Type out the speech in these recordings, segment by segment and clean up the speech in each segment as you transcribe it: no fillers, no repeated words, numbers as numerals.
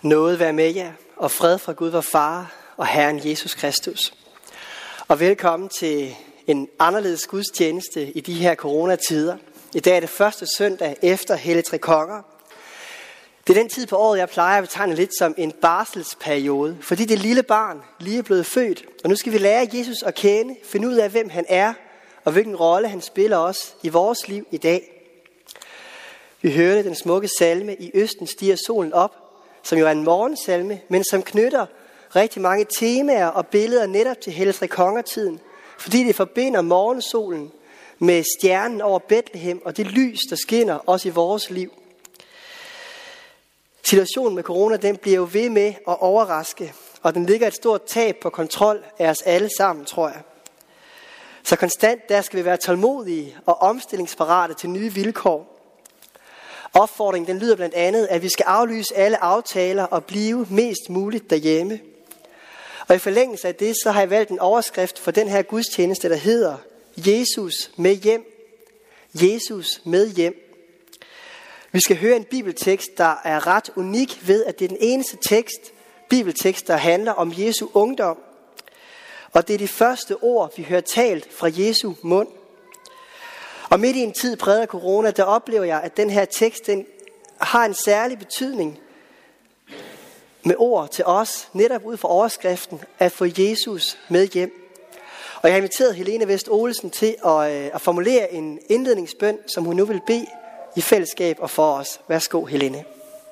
Nåde være med jer, og fred fra Gud vor Far og Herren Jesus Kristus. Og velkommen til en anderledes gudstjeneste i de her coronatider. I dag er det første søndag efter Hellig Tre Konger. Det er den tid på året, jeg plejer at betegne lidt som en barselsperiode, fordi det lille barn lige er blevet født. Og nu skal vi lære Jesus at kende, finde ud af, hvem han er, og hvilken rolle han spiller også i vores liv i dag. Vi hørte den smukke salme "I østen stiger solen op", som jo er en morgensalme, men som knytter rigtig mange temaer og billeder netop til Hellig Tre Konger-tiden, fordi det forbinder morgensolen med stjernen over Betlehem og det lys, der skinner også i vores liv. Situationen med corona, den bliver jo ved med at overraske, og den ligger et stort tab på kontrol af os alle sammen, tror jeg. Så konstant der skal vi være tålmodige og omstillingsparate til nye vilkår. Opfordringen den lyder blandt andet, at vi skal aflyse alle aftaler og blive mest muligt derhjemme. Og i forlængelse af det, så har jeg valgt en overskrift for den her gudstjeneste, der hedder Jesus med hjem. Jesus med hjem. Vi skal høre en bibeltekst, der er ret unik ved, at det er den eneste bibeltekst, der handler om Jesu ungdom. Og det er de første ord, vi hører talt fra Jesu mund. Og midt i en tid præget af corona, der oplever jeg, at den her tekst den har en særlig betydning med ord til os, netop ud fra overskriften, at få Jesus med hjem. Og jeg har inviteret Helene Vest Olesen til at formulere en indledningsbøn, som hun nu vil bede i fællesskab og for os. Værsgo, Helene.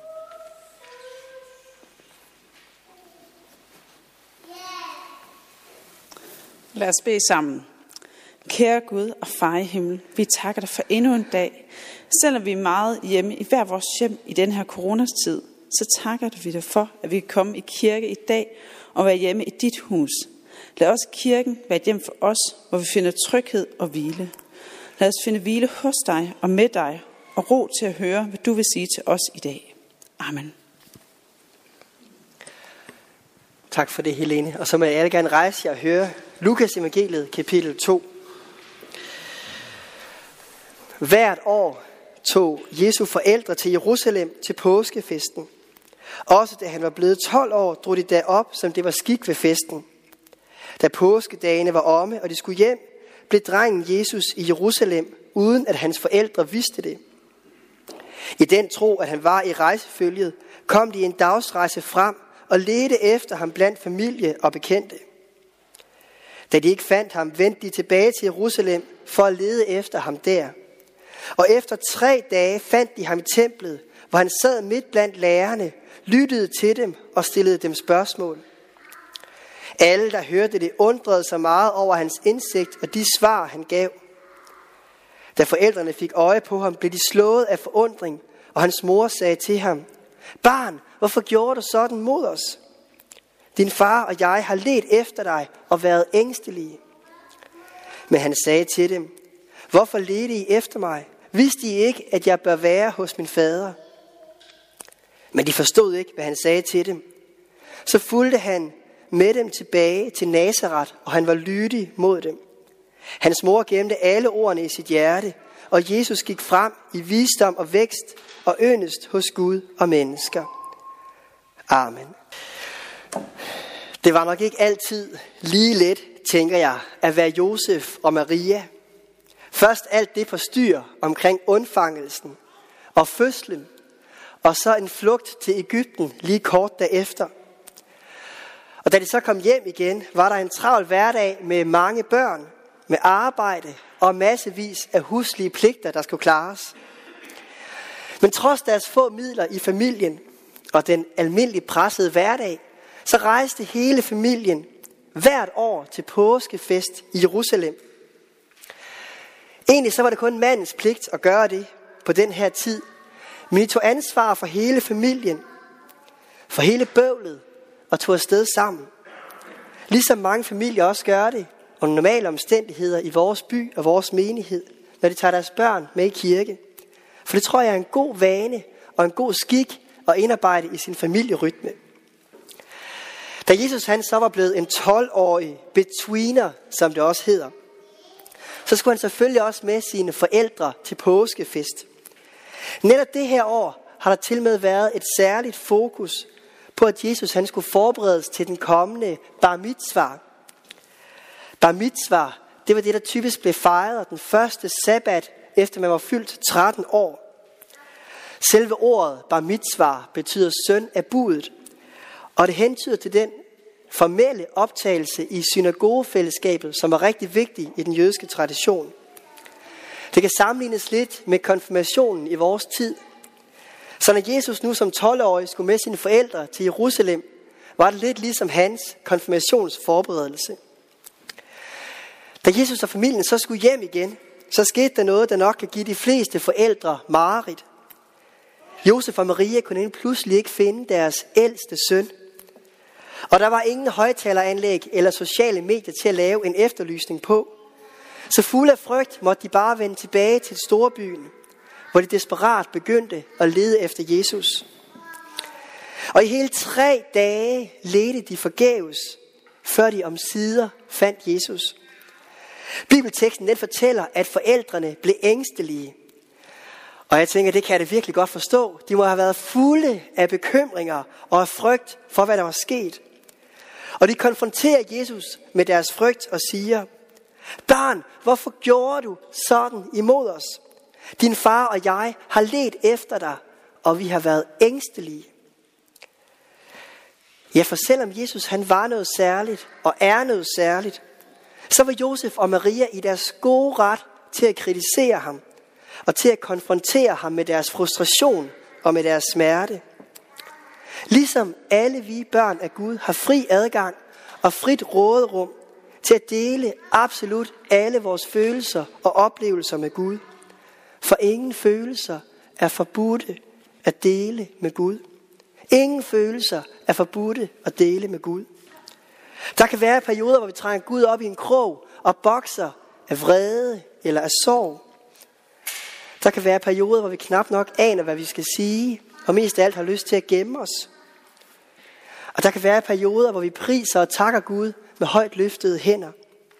Lad os bede sammen. Kære Gud og Far i himmel, vi takker dig for endnu en dag. Selvom vi er meget hjemme i hver vores hjem i den her coronatid, så takker vi dig for, at vi kan komme i kirke i dag og være hjemme i dit hus. Lad også kirken være et hjem for os, hvor vi finder tryghed og hvile. Lad os finde hvile hos dig og med dig, og ro til at høre, hvad du vil sige til os i dag. Amen. Tak for det, Helene. Og så må jeg gerne rejse jer og høre Lukas evangeliet, kapitel 2. Hvert år tog Jesu forældre til Jerusalem til påskefesten. Også da han var blevet 12 år, drog de derop, som det var skik ved festen. Da påskedagene var omme, og de skulle hjem, blev drengen Jesus i Jerusalem, uden at hans forældre vidste det. I den tro, at han var i rejsefølget, kom de en dagsrejse frem og ledte efter ham blandt familie og bekendte. Da de ikke fandt ham, vendte de tilbage til Jerusalem for at lede efter ham der. Og efter 3 dage fandt de ham i templet, hvor han sad midt blandt lærerne, lyttede til dem og stillede dem spørgsmål. Alle, der hørte det, undrede sig meget over hans indsigt og de svar, han gav. Da forældrene fik øje på ham, blev de slået af forundring, og hans mor sagde til ham: "Barn, hvorfor gjorde du sådan mod os? Din far og jeg har ledt efter dig og været ængstelige." Men han sagde til dem: "Hvorfor ledte I efter mig? Vidste I ikke, at jeg bør være hos min fader?" Men de forstod ikke, hvad han sagde til dem. Så fulgte han med dem tilbage til Nazaret, og han var lydig mod dem. Hans mor gemte alle ordene i sit hjerte, og Jesus gik frem i visdom og vækst og yndest hos Gud og mennesker. Amen. Det var nok ikke altid lige let, tænker jeg, at være Josef og Maria. Først alt det forstyr omkring undfangelsen og fødslen, og så en flugt til Egypten lige kort derefter. Og da de så kom hjem igen, var der en travl hverdag med mange børn, med arbejde og massevis af huslige pligter, der skulle klares. Men trods deres få midler i familien og den almindelige pressede hverdag, så rejste hele familien hvert år til påskefest i Jerusalem. Egentlig så var det kun mandens pligt at gøre det på den her tid, men de tog ansvar for hele familien, for hele bøvlet og tog afsted sammen. Ligesom mange familier også gør det under normale omstændigheder i vores by og vores menighed, når de tager deres børn med i kirke. For det tror jeg er en god vane og en god skik at indarbejde i sin familierytme. Da Jesus han så var blevet en 12-årig betweener, som det også hedder, så skulle han selvfølgelig også med sine forældre til påskefest. Netop det her år har der til med været et særligt fokus på, at Jesus han skulle forberedes til den kommende bar mitzvah. Bar mitzvah, det var det, der typisk blev fejret den første sabbat, efter man var fyldt 13 år. Selve ordet bar mitzvah betyder søn af budet, og det hentyder til den formelle optagelse i synagogefællesskabet, som var rigtig vigtig i den jødiske tradition. Det kan sammenlignes lidt med konfirmationen i vores tid. Så når Jesus nu som 12-årig skulle med sine forældre til Jerusalem, var det lidt ligesom hans konfirmationsforberedelse. Da Jesus og familien så skulle hjem igen, så skete der noget, der nok kan give de fleste forældre mareridt. Josef og Maria kunne pludselig ikke finde deres ældste søn. Og der var ingen højtaleranlæg eller sociale medier til at lave en efterlysning på. Så fulde af frygt måtte de bare vende tilbage til storbyen, hvor de desperat begyndte at lede efter Jesus. Og i hele 3 dage ledte de forgæves, før de omsider fandt Jesus. Bibelteksten den fortæller, at forældrene blev ængstelige. Og jeg tænker, det kan jeg da virkelig godt forstå. De må have været fulde af bekymringer og af frygt for, hvad der var sket. Og de konfronterer Jesus med deres frygt og siger: Barn, hvorfor gjorde du sådan imod os? Din far og jeg har ledt efter dig, og vi har været ængstelige. Ja, for selvom Jesus han var noget særligt og er noget særligt, så var Josef og Maria i deres gode ret til at kritisere ham og til at konfrontere ham med deres frustration og med deres smerte. Ligesom alle vi børn af Gud har fri adgang og frit råderum til at dele absolut alle vores følelser og oplevelser med Gud. For ingen følelser er forbudte at dele med Gud. Ingen følelser er forbudte at dele med Gud. Der kan være perioder, hvor vi trænger Gud op i en krog og bokser af vrede eller af sorg. Der kan være perioder, hvor vi knap nok aner, hvad vi skal sige, og mest af alt har lyst til at gemme os. Og der kan være perioder, hvor vi priser og takker Gud med højt løftede hænder.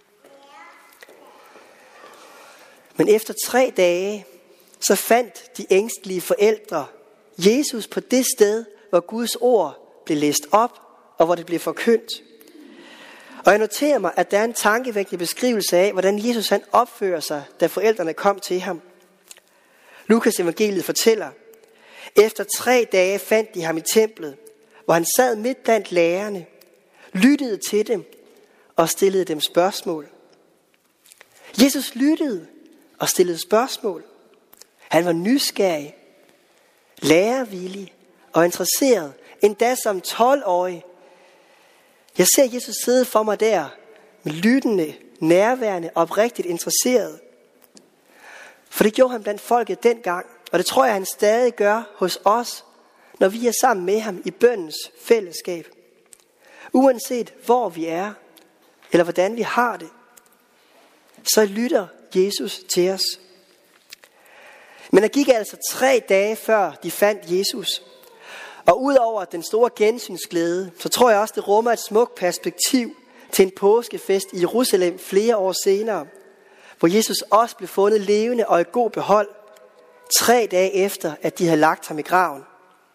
Men efter 3 dage, så fandt de ængstelige forældre Jesus på det sted, hvor Guds ord blev læst op, og hvor det blev forkyndt. Og jeg noterer mig, at der er en tankevækkende beskrivelse af, hvordan Jesus han opfører sig, da forældrene kom til ham. Lukas evangeliet fortæller: Efter 3 dage fandt de ham i templet, hvor han sad midt blandt lærerne, lyttede til dem og stillede dem spørgsmål. Jesus lyttede og stillede spørgsmål. Han var nysgerrig, lærervillig og interesseret, endda som 12-årig. Jeg ser Jesus sidde for mig der, med lyttende, nærværende og oprigtigt interesseret. For det gjorde han blandt folket dengang, og det tror jeg, han stadig gør hos os, når vi er sammen med ham i bønnens fællesskab. Uanset hvor vi er, eller hvordan vi har det, så lytter Jesus til os. Men der gik altså 3 dage før de fandt Jesus. Og udover den store gensynsglæde, så tror jeg også, det rummer et smukt perspektiv til en påskefest i Jerusalem flere år senere, hvor Jesus også blev fundet levende og i god behold, 3 dage efter, at de havde lagt ham i graven.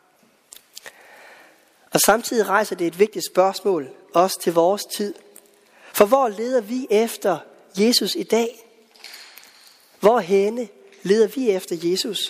Og samtidig rejser det et vigtigt spørgsmål, også til vores tid. For hvor leder vi efter Jesus i dag? Hvorhenne leder vi efter Jesus?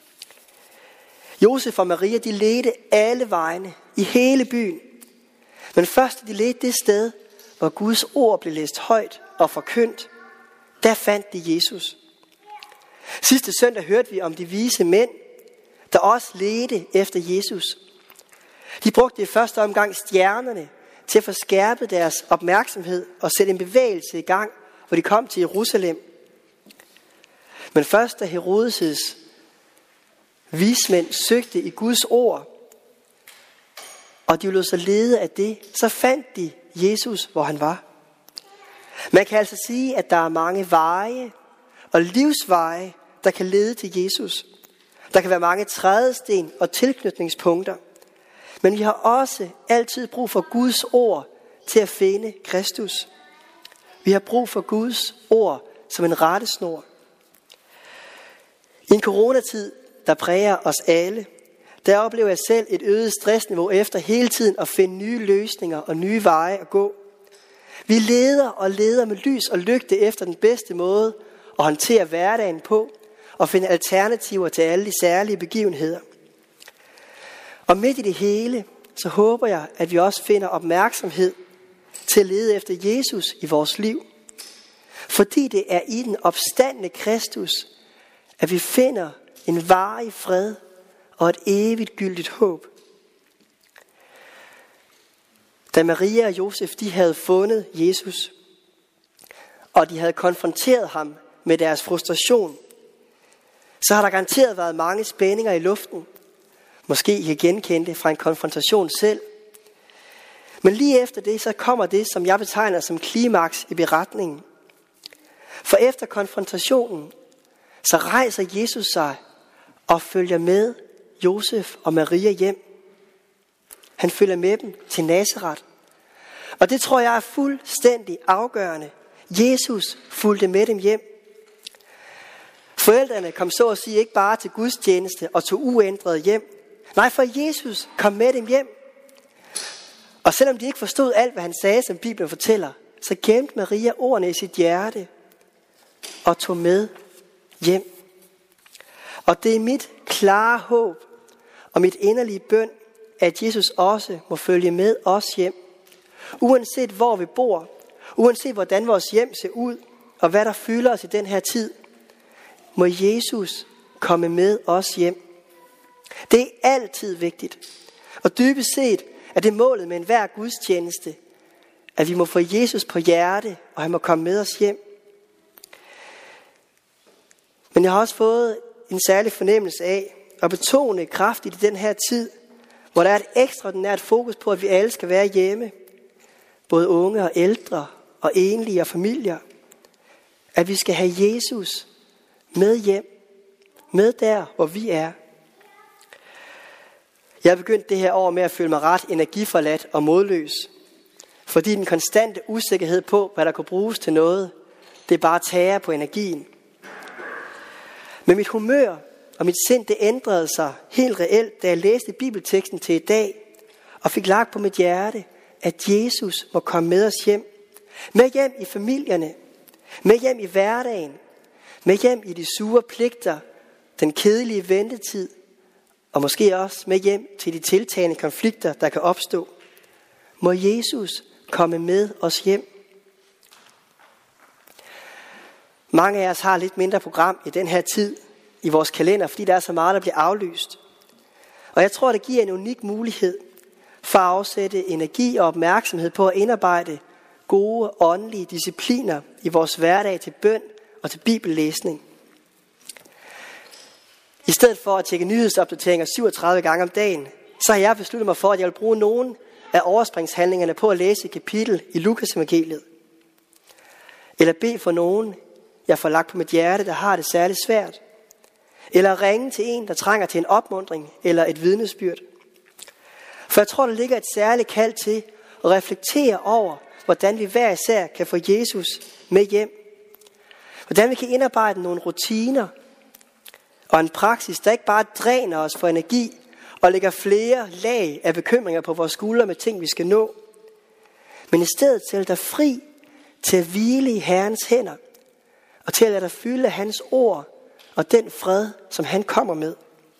Josef og Maria, de ledte alle vegne i hele byen. Men først de ledte det sted, hvor Guds ord blev læst højt og forkyndt. Der fandt de Jesus. Sidste søndag hørte vi om de vise mænd, der også ledte efter Jesus. De brugte i første omgang stjernerne til at få skærpet deres opmærksomhed og sætte en bevægelse i gang, hvor de kom til Jerusalem. Men først da Herodes' vismænd søgte i Guds ord, og de lod sig lede af det, så fandt de Jesus, hvor han var. Man kan altså sige, at der er mange veje og livsveje, der kan lede til Jesus. Der kan være mange trædesten og tilknytningspunkter. Men vi har også altid brug for Guds ord til at finde Kristus. Vi har brug for Guds ord som en rettesnor. I en coronatid, der præger os alle, der oplever jeg selv et øget stressniveau efter hele tiden at finde nye løsninger og nye veje at gå. Vi leder og leder med lys og lygte efter den bedste måde at håndtere hverdagen på og finde alternativer til alle de særlige begivenheder. Og midt i det hele, så håber jeg, at vi også finder opmærksomhed til at lede efter Jesus i vores liv. Fordi det er i den opstandne Kristus, at vi finder en varig fred og et evigt gyldigt håb. Da Maria og Josef de havde fundet Jesus, og de havde konfronteret ham med deres frustration, så har der garanteret været mange spændinger i luften. Måske I kan genkende det fra en konfrontation selv. Men lige efter det, så kommer det, som jeg betegner som klimaks i beretningen. For efter konfrontationen, så rejser Jesus sig og følger med Josef og Maria hjem. Han følger med dem til Nazaret. Og det tror jeg er fuldstændig afgørende. Jesus fulgte med dem hjem. Forældrene kom så at sige ikke bare til gudstjeneste og tog uændret hjem. Nej, for Jesus kom med dem hjem. Og selvom de ikke forstod alt, hvad han sagde, som Bibelen fortæller, så gemte Maria ordene i sit hjerte og tog med hjem. Og det er mit klare håb og mit inderlige bøn, at Jesus også må følge med os hjem. Uanset hvor vi bor, uanset hvordan vores hjem ser ud, og hvad der fylder os i den her tid, må Jesus komme med os hjem. Det er altid vigtigt. Og dybest set er det målet med enhver gudstjeneste, at vi må få Jesus på hjerte, og han må komme med os hjem. Men jeg har også fået en særlig fornemmelse af at betone kraftigt i den her tid, hvor der er et ekstraordinært fokus på, at vi alle skal være hjemme. Både unge og ældre og enlige og familier. At vi skal have Jesus med hjem. Med der, hvor vi er. Jeg har begyndt det her år med at føle mig ret energiforladt og modløs. Fordi den konstante usikkerhed på, hvad der kunne bruges til noget, det er bare tager på energien. Men mit humør og mit sind, det ændrede sig helt reelt, da jeg læste bibelteksten til i dag, og fik lagt på mit hjerte, at Jesus må komme med os hjem. Med hjem i familierne, med hjem i hverdagen, med hjem i de sure pligter, den kedelige ventetid, og måske også med hjem til de tiltagende konflikter, der kan opstå. Må Jesus komme med os hjem. Mange af os har lidt mindre program i den her tid i vores kalender, fordi der er så meget, der bliver aflyst. Og jeg tror, det giver en unik mulighed for at afsætte energi og opmærksomhed på at indarbejde gode åndelige discipliner i vores hverdag til bøn og til bibellæsning. I stedet for at tjekke nyhedsopdateringer 37 gange om dagen, så har jeg besluttet mig for, at jeg vil bruge nogle af overspringshandlingerne på at læse et kapitel i Lukas evangeliet. Eller bede for nogen, jeg får lagt på mit hjerte, der har det særligt svært. Eller ringe til en, der trænger til en opmuntring eller et vidnesbyrd. For jeg tror, der ligger et særligt kald til at reflektere over, hvordan vi hver især kan få Jesus med hjem. Hvordan vi kan indarbejde nogle rutiner og en praksis, der ikke bare dræner os for energi og lægger flere lag af bekymringer på vores skuldre med ting, vi skal nå. Men i stedet sætter dig fri til at hvile i Herrens hænder og til at lade dig fylde af hans ord og den fred, som han kommer med.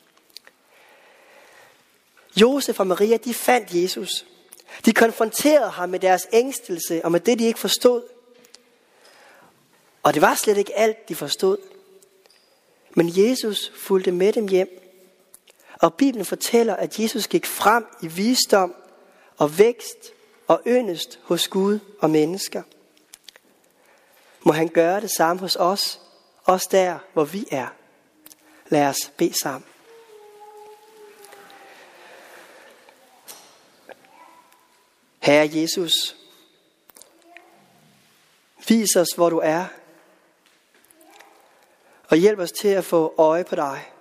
Josef og Maria, de fandt Jesus. De konfronterede ham med deres ængstelse og med det, de ikke forstod. Og det var slet ikke alt, de forstod. Men Jesus fulgte med dem hjem. Og Bibelen fortæller, at Jesus gik frem i visdom og vækst og yndest hos Gud og mennesker. Må han gøre det samme hos os, også der, hvor vi er. Lad os bede sammen. Herre Jesus, vis os, hvor du er, og hjælp os til at få øje på dig.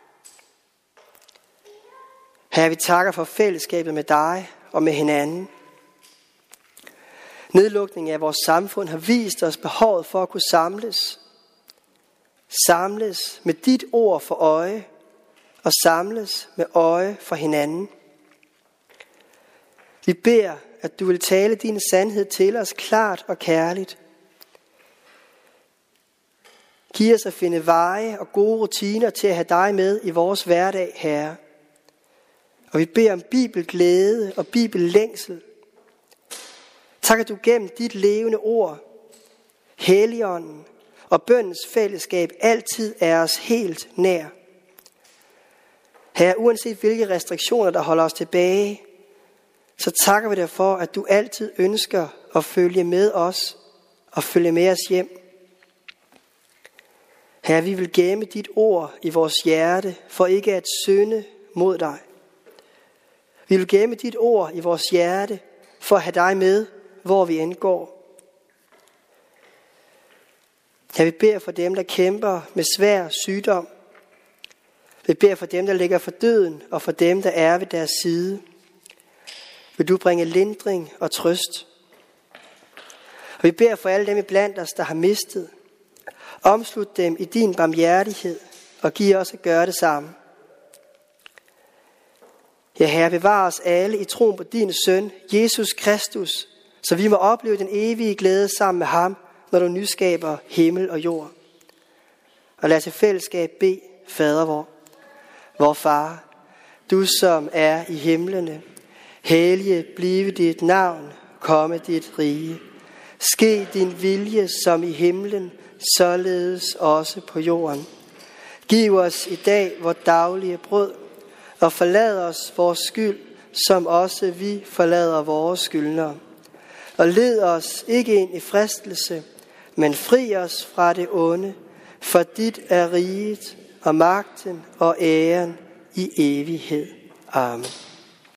Herre, vi takker for fællesskabet med dig og med hinanden. Nedlukningen af vores samfund har vist os behovet for at kunne samles. Samles med dit ord for øje og samles med øje for hinanden. Vi beder, at du vil tale din sandhed til os klart og kærligt. Giv os at finde veje og gode rutiner til at have dig med i vores hverdag, Herre. Og vi beder om bibelglæde og bibellængsel. Tak, at du gennem dit levende ord, Helligånden og bønnens fællesskab altid er os helt nær. Herre, uanset hvilke restriktioner, der holder os tilbage, så takker vi dig for, at du altid ønsker at følge med os og følge med os hjem. Herre, vi vil gemme dit ord i vores hjerte, for ikke at synde mod dig. Vi vil gemme dit ord i vores hjerte, for at have dig med, hvor vi end går. Herre, vi beder for dem, der kæmper med svær sygdom. Vi beder for dem, der ligger for døden, og for dem, der er ved deres side. Vil du bringe lindring og trøst. Og vi beder for alle dem iblandt os, der har mistet. Omslut dem i din barmhjertighed, og giv os at gøre det samme. Ja, Herre, bevar os alle i troen på din søn, Jesus Kristus, så vi må opleve den evige glæde sammen med ham, når du nyskaber himmel og jord. Og lad os i fællesskab bede, Fader vor. Vor Far, du som er i himlene, hellige blive dit navn, komme dit rige. Ske din vilje som i himlen, således også på jorden. Giv os i dag vores daglige brød, og forlad os vores skyld, som også vi forlader vores skyldnere. Og led os ikke ind i fristelse, men fri os fra det onde, for dit er riget og magten og æren i evighed. Amen.